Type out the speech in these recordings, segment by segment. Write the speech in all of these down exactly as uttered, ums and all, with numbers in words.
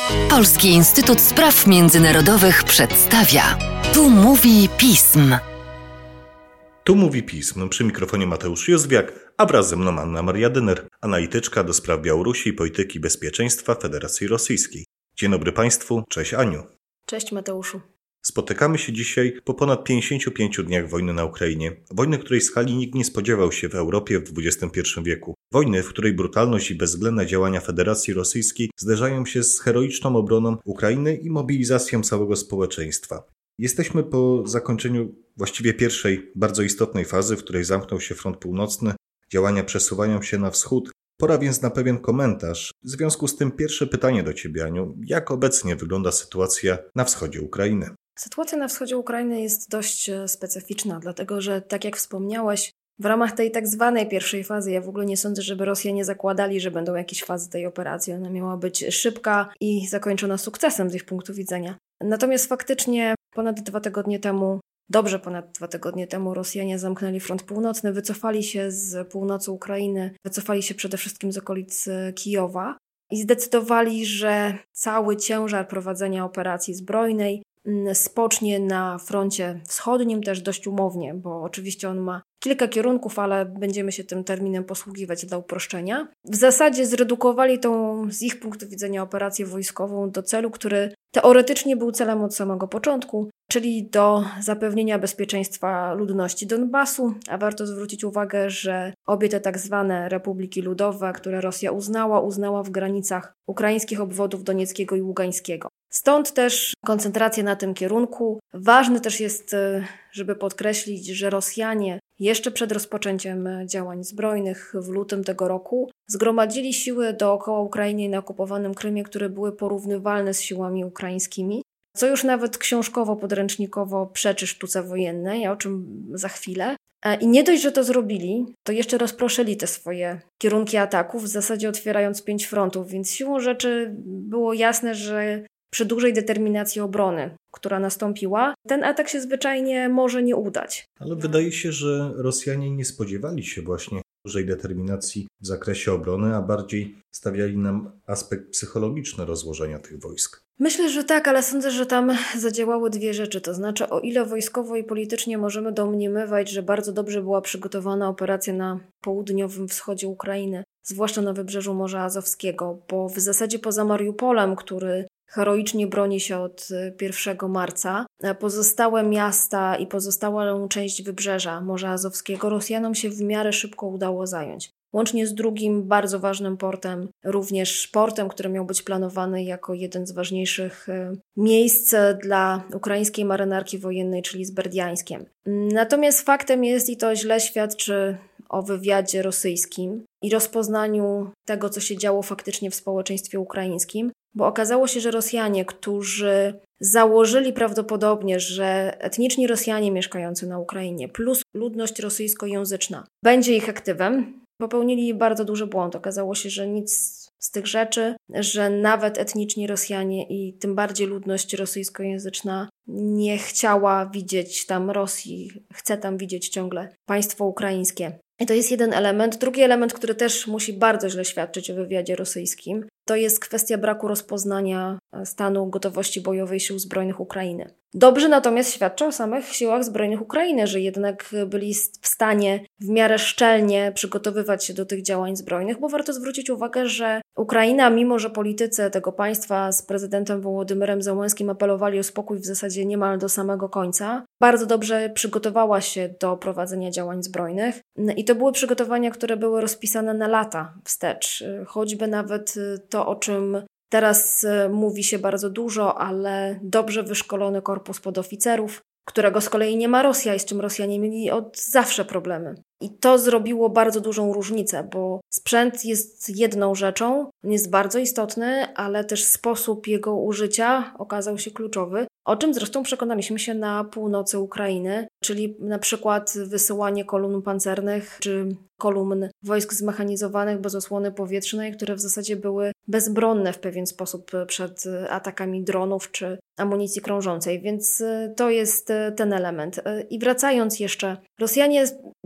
Polski Instytut Spraw Międzynarodowych przedstawia. Tu mówi pism. Tu mówi pism. Przy mikrofonie Mateusz Józwiak, a wraz ze mną Anna Maria Dyner, analityczka do spraw Białorusi i polityki bezpieczeństwa Federacji Rosyjskiej. Dzień dobry Państwu, cześć Aniu. Cześć Mateuszu. Spotykamy się dzisiaj po ponad pięćdziesięciu pięciu dniach wojny na Ukrainie. Wojny, której skali nikt nie spodziewał się w Europie w dwudziestym pierwszym wieku. Wojny, w której brutalność i bezwzględne działania Federacji Rosyjskiej zderzają się z heroiczną obroną Ukrainy i mobilizacją całego społeczeństwa. Jesteśmy po zakończeniu właściwie pierwszej, bardzo istotnej fazy, w której zamknął się front północny. Działania przesuwają się na wschód. Pora więc na pewien komentarz. W związku z tym pierwsze pytanie do Ciebie, Aniu. Jak obecnie wygląda sytuacja na wschodzie Ukrainy? Sytuacja na wschodzie Ukrainy jest dość specyficzna, dlatego że, tak jak wspomniałeś, w ramach tej tak zwanej pierwszej fazy, ja w ogóle nie sądzę, żeby Rosjanie zakładali, że będą jakieś fazy tej operacji. Ona miała być szybka i zakończona sukcesem z ich punktu widzenia. Natomiast faktycznie ponad dwa tygodnie temu, dobrze ponad dwa tygodnie temu Rosjanie zamknęli front północny, wycofali się z północy Ukrainy, wycofali się przede wszystkim z okolic Kijowa i zdecydowali, że cały ciężar prowadzenia operacji zbrojnej spocznie na froncie wschodnim, też dość umownie, bo oczywiście on ma kilka kierunków, ale będziemy się tym terminem posługiwać dla uproszczenia. W zasadzie zredukowali tą z ich punktu widzenia operację wojskową do celu, który teoretycznie był celem od samego początku, czyli do zapewnienia bezpieczeństwa ludności Donbasu, a warto zwrócić uwagę, że obie te tak zwane republiki ludowe, które Rosja uznała, uznała w granicach ukraińskich obwodów Donieckiego i Ługańskiego. Stąd też koncentracja na tym kierunku. Ważne też jest, żeby podkreślić, że Rosjanie jeszcze przed rozpoczęciem działań zbrojnych w lutym tego roku zgromadzili siły dookoła Ukrainy i na okupowanym Krymie, które były porównywalne z siłami ukraińskimi, co już nawet książkowo-podręcznikowo przeczy sztuce wojennej, o czym za chwilę. I nie dość, że to zrobili, to jeszcze rozproszyli te swoje kierunki ataków, w zasadzie otwierając pięć frontów, więc siłą rzeczy było jasne, że przy dużej determinacji obrony, która nastąpiła, ten atak się zwyczajnie może nie udać. Ale wydaje się, że Rosjanie nie spodziewali się właśnie dużej determinacji w zakresie obrony, a bardziej stawiali nam aspekt psychologiczny rozłożenia tych wojsk. Myślę, że tak, ale sądzę, że tam zadziałały dwie rzeczy. To znaczy, o ile wojskowo i politycznie możemy domniemywać, że bardzo dobrze była przygotowana operacja na południowym wschodzie Ukrainy, zwłaszcza na wybrzeżu Morza Azowskiego, bo w zasadzie poza Mariupolem, który heroicznie broni się od pierwszego marca. Pozostałe miasta i pozostałą część wybrzeża Morza Azowskiego Rosjanom się w miarę szybko udało zająć. Łącznie z drugim bardzo ważnym portem, również portem, który miał być planowany jako jeden z ważniejszych miejsc dla ukraińskiej marynarki wojennej, czyli z Berdiańskiem. Natomiast faktem jest, i to źle świadczy o wywiadzie rosyjskim i rozpoznaniu tego, co się działo faktycznie w społeczeństwie ukraińskim, bo okazało się, że Rosjanie, którzy założyli prawdopodobnie, że etniczni Rosjanie mieszkający na Ukrainie plus ludność rosyjskojęzyczna będzie ich aktywem, popełnili bardzo duży błąd. Okazało się, że nic z tych rzeczy, że nawet etniczni Rosjanie i tym bardziej ludność rosyjskojęzyczna nie chciała widzieć tam Rosji, chce tam widzieć ciągle państwo ukraińskie. I to jest jeden element. Drugi element, który też musi bardzo źle świadczyć o wywiadzie rosyjskim, to jest kwestia braku rozpoznania stanu gotowości bojowej sił zbrojnych Ukrainy. Dobrze natomiast świadczy o samych siłach zbrojnych Ukrainy, że jednak byli w stanie w miarę szczelnie przygotowywać się do tych działań zbrojnych, bo warto zwrócić uwagę, że Ukraina, mimo że politycy tego państwa z prezydentem Wołodymyrem Zełenskim apelowali o spokój w zasadzie niemal do samego końca, bardzo dobrze przygotowała się do prowadzenia działań zbrojnych i to były przygotowania, które były rozpisane na lata wstecz, choćby nawet to, o czym teraz mówi się bardzo dużo, ale dobrze wyszkolony korpus podoficerów, którego z kolei nie ma Rosja i z czym Rosjanie mieli od zawsze problemy. I to zrobiło bardzo dużą różnicę, bo sprzęt jest jedną rzeczą, jest bardzo istotny, ale też sposób jego użycia okazał się kluczowy, o czym zresztą przekonaliśmy się na północy Ukrainy, czyli na przykład wysyłanie kolumn pancernych czy kolumn wojsk zmechanizowanych bez osłony powietrznej, które w zasadzie były bezbronne w pewien sposób przed atakami dronów czy amunicji krążącej, więc to jest ten element. I wracając jeszcze, Rosjanie, biorąc to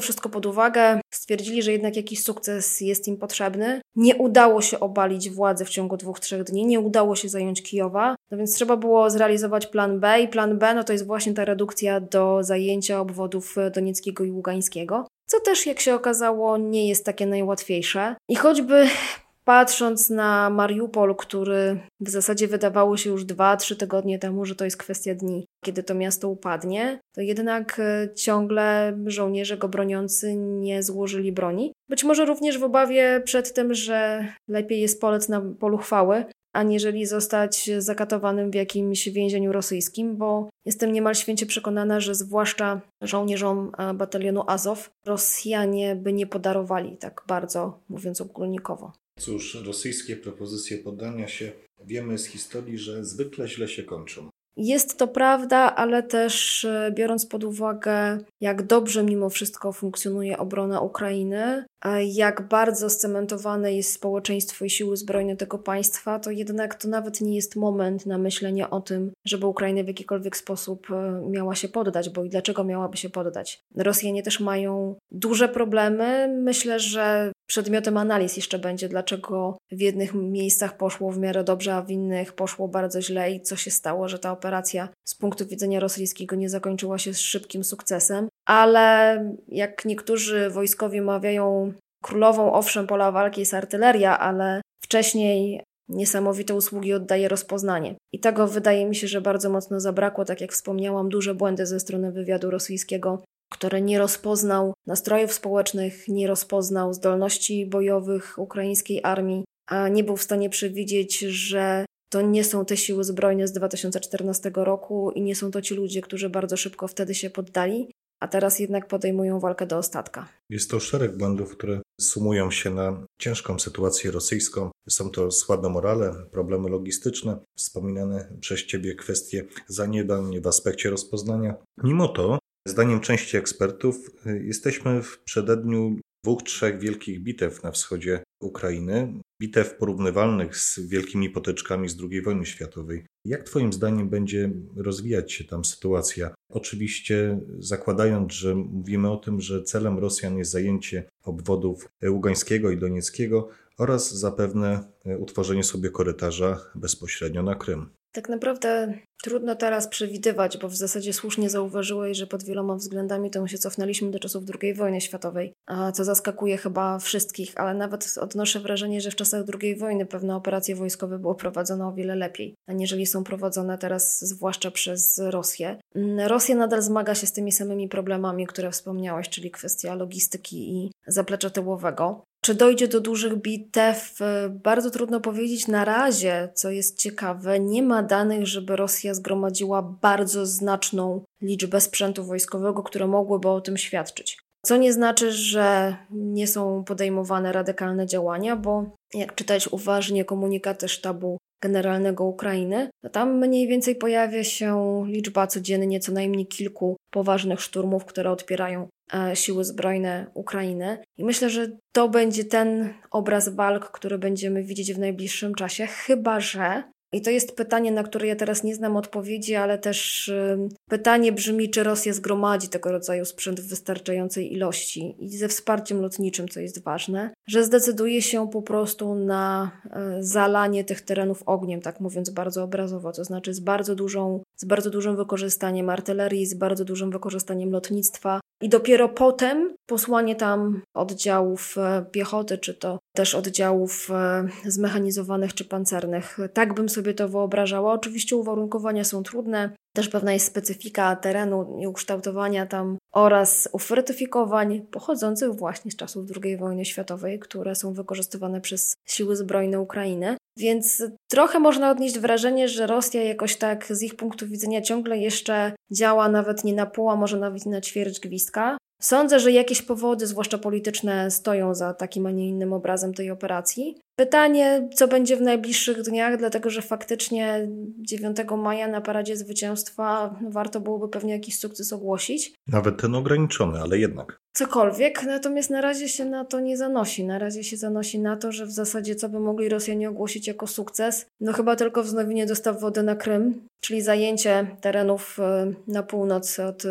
wszystko pod uwagę, stwierdzili, że jednak jakiś sukces jest im potrzebny. Nie udało się obalić władzy w ciągu dwóch, trzech dni, nie udało się zająć Kijowa, no więc trzeba było zrealizować plan B i plan B no to jest właśnie ta redukcja do zajęcia obwodów donieckiego i ługańskiego, co też jak się okazało nie jest takie najłatwiejsze. I choćby patrząc na Mariupol, który w zasadzie wydawało się już dwa, trzy tygodnie temu, że to jest kwestia dni, kiedy to miasto upadnie, to jednak ciągle żołnierze go broniący nie złożyli broni. Być może również w obawie przed tym, że lepiej jest polec na polu chwały, aniżeli zostać zakatowanym w jakimś więzieniu rosyjskim, bo jestem niemal święcie przekonana, że zwłaszcza żołnierzom batalionu Azow Rosjanie by nie podarowali tak bardzo, mówiąc ogólnikowo. Cóż, rosyjskie propozycje poddania się wiemy z historii, że zwykle źle się kończą. Jest to prawda, ale też biorąc pod uwagę, jak dobrze mimo wszystko funkcjonuje obrona Ukrainy, jak bardzo scementowane jest społeczeństwo i siły zbrojne tego państwa, to jednak to nawet nie jest moment na myślenie o tym, żeby Ukraina w jakikolwiek sposób miała się poddać, bo i dlaczego miałaby się poddać. Rosjanie też mają duże problemy. Myślę, że przedmiotem analiz jeszcze będzie, dlaczego w jednych miejscach poszło w miarę dobrze, a w innych poszło bardzo źle i co się stało, że ta operacja z punktu widzenia rosyjskiego nie zakończyła się z szybkim sukcesem. Ale jak niektórzy wojskowi mawiają, królową owszem pola walki jest artyleria, ale wcześniej niesamowite usługi oddaje rozpoznanie. I tego wydaje mi się, że bardzo mocno zabrakło, tak jak wspomniałam, duże błędy ze strony wywiadu rosyjskiego, który nie rozpoznał nastrojów społecznych, nie rozpoznał zdolności bojowych ukraińskiej armii, a nie był w stanie przewidzieć, że to nie są te siły zbrojne z dwa tysiące czternastego roku i nie są to ci ludzie, którzy bardzo szybko wtedy się poddali, a teraz jednak podejmują walkę do ostatka. Jest to szereg błędów, które sumują się na ciężką sytuację rosyjską. Są to słabe morale, problemy logistyczne, wspominane przez Ciebie kwestie zaniedbań w aspekcie rozpoznania. Mimo to, zdaniem części ekspertów, jesteśmy w przededniu dwóch, trzech wielkich bitew na wschodzie Ukrainy, bitew porównywalnych z wielkimi potyczkami z drugiej wojny światowej. Jak Twoim zdaniem będzie rozwijać się tam sytuacja? Oczywiście zakładając, że mówimy o tym, że celem Rosjan jest zajęcie obwodów ługańskiego i donieckiego oraz zapewne utworzenie sobie korytarza bezpośrednio na Krym. Tak naprawdę trudno teraz przewidywać, bo w zasadzie słusznie zauważyłeś, że pod wieloma względami to się cofnęliśmy do czasów drugiej wojny światowej, co zaskakuje chyba wszystkich, ale nawet odnoszę wrażenie, że w czasach drugiej wojny pewne operacje wojskowe były prowadzone o wiele lepiej, aniżeli są prowadzone teraz, zwłaszcza przez Rosję. Rosja nadal zmaga się z tymi samymi problemami, które wspomniałaś, czyli kwestia logistyki i zaplecza tyłowego. Czy dojdzie do dużych bitew? Bardzo trudno powiedzieć. Na razie, co jest ciekawe, nie ma danych, żeby Rosja zgromadziła bardzo znaczną liczbę sprzętu wojskowego, które mogłyby o tym świadczyć. Co nie znaczy, że nie są podejmowane radykalne działania, bo jak czytać uważnie komunikaty sztabu generalnego Ukrainy, to tam mniej więcej pojawia się liczba codziennie co najmniej kilku poważnych szturmów, które odpierają siły zbrojne Ukrainy. I myślę, że to będzie ten obraz walk, który będziemy widzieć w najbliższym czasie, chyba że, i to jest pytanie, na które ja teraz nie znam odpowiedzi, ale też y, pytanie brzmi, czy Rosja zgromadzi tego rodzaju sprzęt w wystarczającej ilości i ze wsparciem lotniczym, co jest ważne, że zdecyduje się po prostu na y, zalanie tych terenów ogniem, tak mówiąc bardzo obrazowo, to znaczy z bardzo dużą, z bardzo dużym wykorzystaniem artylerii, z bardzo dużym wykorzystaniem lotnictwa i dopiero potem posłanie tam oddziałów y, piechoty, czy to też oddziałów y, zmechanizowanych czy pancernych. Tak bym sobie to wyobrażała. Oczywiście uwarunkowania są trudne, też pewna jest specyfika terenu i ukształtowania tam oraz ufortyfikowań pochodzących właśnie z czasów drugiej wojny światowej, które są wykorzystywane przez siły zbrojne Ukrainy. Więc trochę można odnieść wrażenie, że Rosja jakoś tak z ich punktu widzenia ciągle jeszcze działa nawet nie na pół, a może nawet nie na ćwierć gwizdka. Sądzę, że jakieś powody, zwłaszcza polityczne, stoją za takim, a nie innym obrazem tej operacji. Pytanie, co będzie w najbliższych dniach, dlatego że faktycznie dziewiątego maja na Paradzie Zwycięstwa warto byłoby pewnie jakiś sukces ogłosić. Nawet ten ograniczony, ale jednak. Cokolwiek, natomiast na razie się na to nie zanosi. Na razie się zanosi na to, że w zasadzie co by mogli Rosjanie ogłosić jako sukces? No chyba tylko wznowienie dostaw wody na Krym, czyli zajęcie terenów na północ od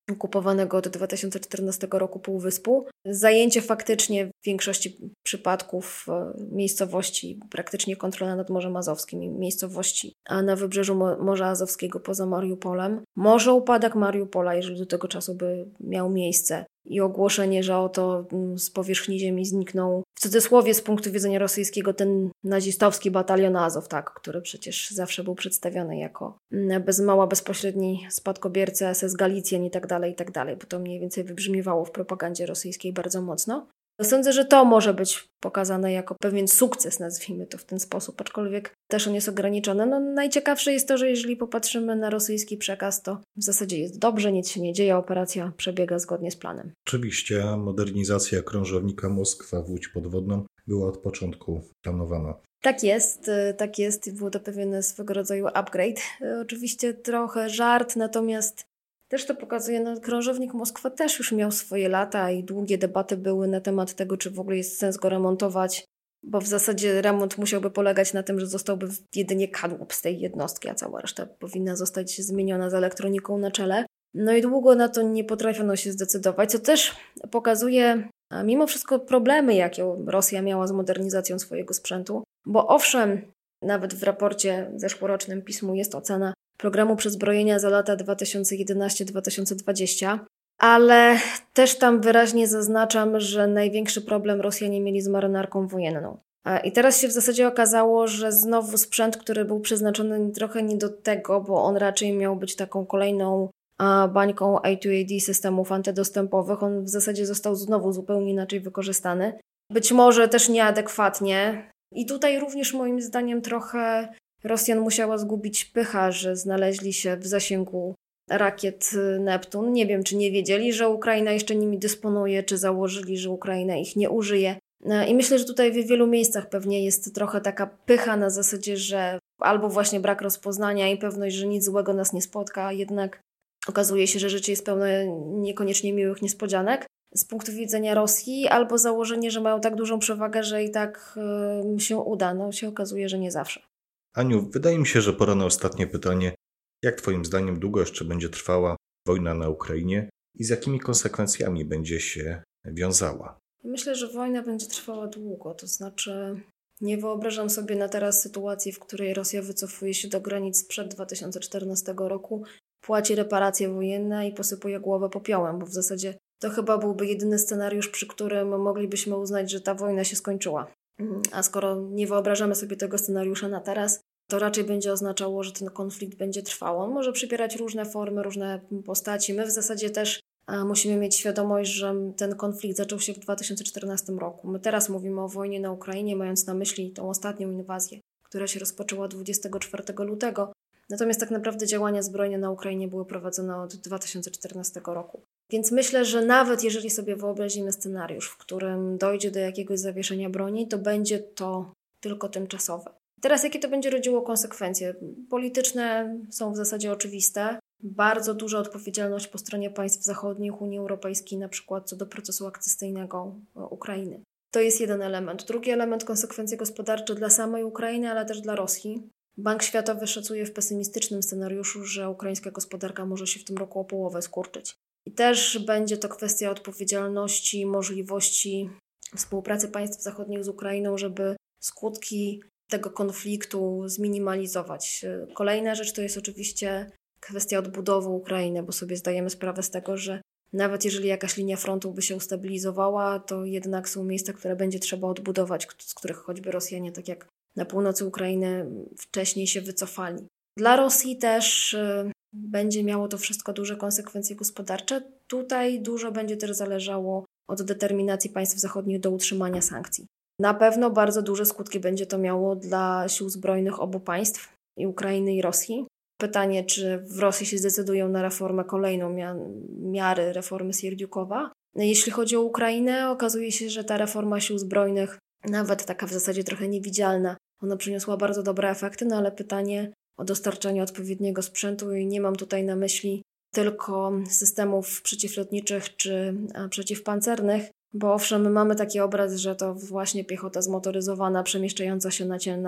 okupowanego od dwa tysiące czternastego roku Półwyspu. Zajęcie faktycznie w większości przypadków miejscowości, praktycznie kontrola nad Morzem Azowskim, miejscowości a na wybrzeżu Morza Azowskiego poza Mariupolem. Może upadek Mariupola, jeżeli do tego czasu by miał miejsce i ogłoszenie, że oto z powierzchni ziemi zniknął, w cudzysłowie z punktu widzenia rosyjskiego, ten nazistowski batalion Azow, tak, który przecież zawsze był przedstawiony jako bez mała bezpośredni spadkobierca S S Galicjan i tak dalej, i tak dalej, bo to mniej więcej wybrzmiewało w propagandzie rosyjskiej bardzo mocno. Sądzę, że to może być pokazane jako pewien sukces, nazwijmy to w ten sposób, aczkolwiek też on jest ograniczony. No, najciekawsze jest to, że jeżeli popatrzymy na rosyjski przekaz, to w zasadzie jest dobrze, nic się nie dzieje, operacja przebiega zgodnie z planem. Oczywiście modernizacja krążownika Moskwa w łódź podwodną była od początku planowana. Tak jest, tak jest. Był to pewien swego rodzaju upgrade. Oczywiście trochę żart, natomiast też to pokazuje, no krążownik Moskwa też już miał swoje lata i długie debaty były na temat tego, czy w ogóle jest sens go remontować, bo w zasadzie remont musiałby polegać na tym, że zostałby jedynie kadłub z tej jednostki, a cała reszta powinna zostać zmieniona z elektroniką na czele. No i długo na to nie potrafiono się zdecydować, co też pokazuje mimo wszystko problemy, jakie Rosja miała z modernizacją swojego sprzętu, bo owszem, nawet w raporcie zeszłorocznym pismu jest ocena programu przezbrojenia za lata dwa tysiące jedenasty do dwa tysiące dwudziestego, ale też tam wyraźnie zaznaczam, że największy problem Rosjanie mieli z marynarką wojenną. I teraz się w zasadzie okazało, że znowu sprzęt, który był przeznaczony trochę nie do tego, bo on raczej miał być taką kolejną bańką A dwa A D systemów antydostępowych, on w zasadzie został znowu zupełnie inaczej wykorzystany. Być może też nieadekwatnie. I tutaj również moim zdaniem trochę Rosjan musiała zgubić pycha, że znaleźli się w zasięgu rakiet Neptun. Nie wiem, czy nie wiedzieli, że Ukraina jeszcze nimi dysponuje, czy założyli, że Ukraina ich nie użyje. I myślę, że tutaj w wielu miejscach pewnie jest trochę taka pycha na zasadzie, że albo właśnie brak rozpoznania i pewność, że nic złego nas nie spotka, a jednak okazuje się, że życie jest pełne niekoniecznie miłych niespodzianek z punktu widzenia Rosji, albo założenie, że mają tak dużą przewagę, że i tak yy, się uda. No się okazuje, że nie zawsze. Aniu, wydaje mi się, że pora na ostatnie pytanie. Jak Twoim zdaniem długo jeszcze będzie trwała wojna na Ukrainie i z jakimi konsekwencjami będzie się wiązała? Myślę, że wojna będzie trwała długo, to znaczy nie wyobrażam sobie na teraz sytuacji, w której Rosja wycofuje się do granic sprzed dwa tysiące czternastego roku, płaci reparacje wojenne i posypuje głowę popiołem, bo w zasadzie to chyba byłby jedyny scenariusz, przy którym moglibyśmy uznać, że ta wojna się skończyła. A skoro nie wyobrażamy sobie tego scenariusza na teraz, to raczej będzie oznaczało, że ten konflikt będzie trwał. On może przybierać różne formy, różne postaci. My w zasadzie też musimy mieć świadomość, że ten konflikt zaczął się w dwa tysiące czternastym roku. My teraz mówimy o wojnie na Ukrainie, mając na myśli tą ostatnią inwazję, która się rozpoczęła dwudziestego czwartego lutego. Natomiast tak naprawdę działania zbrojne na Ukrainie były prowadzone od dwa tysiące czternastego roku. Więc myślę, że nawet jeżeli sobie wyobrazimy scenariusz, w którym dojdzie do jakiegoś zawieszenia broni, to będzie to tylko tymczasowe. Teraz jakie to będzie rodziło konsekwencje? Polityczne są w zasadzie oczywiste. Bardzo duża odpowiedzialność po stronie państw zachodnich, Unii Europejskiej, na przykład co do procesu akcesyjnego Ukrainy. To jest jeden element. Drugi element, konsekwencje gospodarcze dla samej Ukrainy, ale też dla Rosji. Bank Światowy szacuje w pesymistycznym scenariuszu, że ukraińska gospodarka może się w tym roku o połowę skurczyć. I też będzie to kwestia odpowiedzialności, możliwości współpracy państw zachodnich z Ukrainą, żeby skutki tego konfliktu zminimalizować. Kolejna rzecz to jest oczywiście kwestia odbudowy Ukrainy, bo sobie zdajemy sprawę z tego, że nawet jeżeli jakaś linia frontu by się ustabilizowała, to jednak są miejsca, które będzie trzeba odbudować, z których choćby Rosjanie, tak jak na północy Ukrainy, wcześniej się wycofali. Dla Rosji też y, będzie miało to wszystko duże konsekwencje gospodarcze. Tutaj dużo będzie też zależało od determinacji państw zachodnich do utrzymania sankcji. Na pewno bardzo duże skutki będzie to miało dla sił zbrojnych obu państw, i Ukrainy, i Rosji. Pytanie, czy w Rosji się zdecydują na reformę kolejną mia- miary reformy Sierdziukowa. Jeśli chodzi o Ukrainę, okazuje się, że ta reforma sił zbrojnych, nawet taka w zasadzie trochę niewidzialna, ona przyniosła bardzo dobre efekty, no ale pytanie o dostarczanie odpowiedniego sprzętu i nie mam tutaj na myśli tylko systemów przeciwlotniczych czy przeciwpancernych, bo owszem, my mamy taki obraz, że to właśnie piechota zmotoryzowana, przemieszczająca się na, cie- na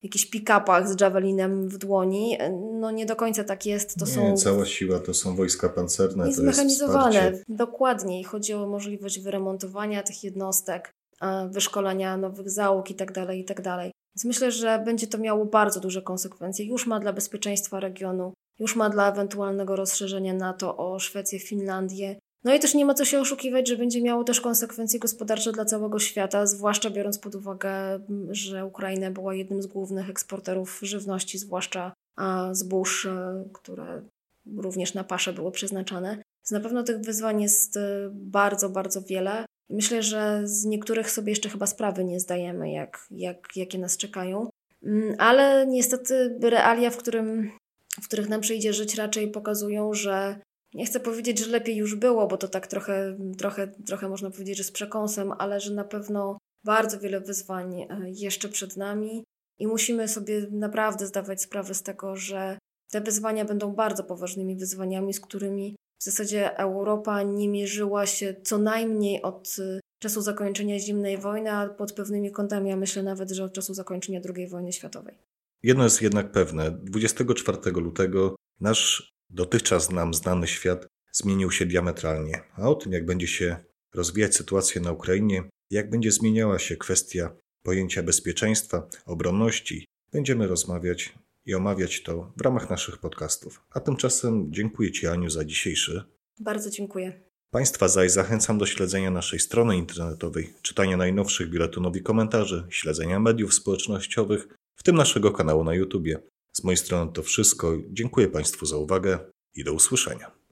jakichś pick-upach z javelinem w dłoni. No nie do końca tak jest. To nie, są... cała siła to są wojska pancerne, jest to jest zmechanizowane. wsparcie. Dokładnie. I chodzi o możliwość wyremontowania tych jednostek, wyszkolenia nowych załóg i tak dalej, i tak dalej. Więc myślę, że będzie to miało bardzo duże konsekwencje. Już ma dla bezpieczeństwa regionu, już ma dla ewentualnego rozszerzenia NATO o Szwecję, Finlandię. No i też nie ma co się oszukiwać, że będzie miało też konsekwencje gospodarcze dla całego świata, zwłaszcza biorąc pod uwagę, że Ukraina była jednym z głównych eksporterów żywności, zwłaszcza zbóż, które również na paszę były przeznaczane. Więc na pewno tych wyzwań jest bardzo, bardzo wiele. Myślę, że z niektórych sobie jeszcze chyba sprawy nie zdajemy, jak, jak, jakie nas czekają. Ale niestety realia, w, którym, w których nam przyjdzie żyć, raczej pokazują, że nie chcę powiedzieć, że lepiej już było, bo to tak trochę, trochę, trochę można powiedzieć, że z przekąsem, ale że na pewno bardzo wiele wyzwań jeszcze przed nami i musimy sobie naprawdę zdawać sprawę z tego, że te wyzwania będą bardzo poważnymi wyzwaniami, z którymi w zasadzie Europa nie mierzyła się co najmniej od czasu zakończenia zimnej wojny, a pod pewnymi kątami ja myślę nawet, że od czasu zakończenia drugiej wojny światowej. Jedno jest jednak pewne. dwudziestego czwartego lutego nasz dotychczas nam znany świat zmienił się diametralnie. A o tym, jak będzie się rozwijać sytuacja na Ukrainie, jak będzie zmieniała się kwestia pojęcia bezpieczeństwa, obronności, będziemy rozmawiać i omawiać to w ramach naszych podcastów. A tymczasem dziękuję Ci, Aniu, za dzisiejszy. Bardzo dziękuję. Państwa zaś zachęcam do śledzenia naszej strony internetowej, czytania najnowszych biuletynów i komentarzy, śledzenia mediów społecznościowych, w tym naszego kanału na YouTubie. Z mojej strony to wszystko. Dziękuję Państwu za uwagę i do usłyszenia.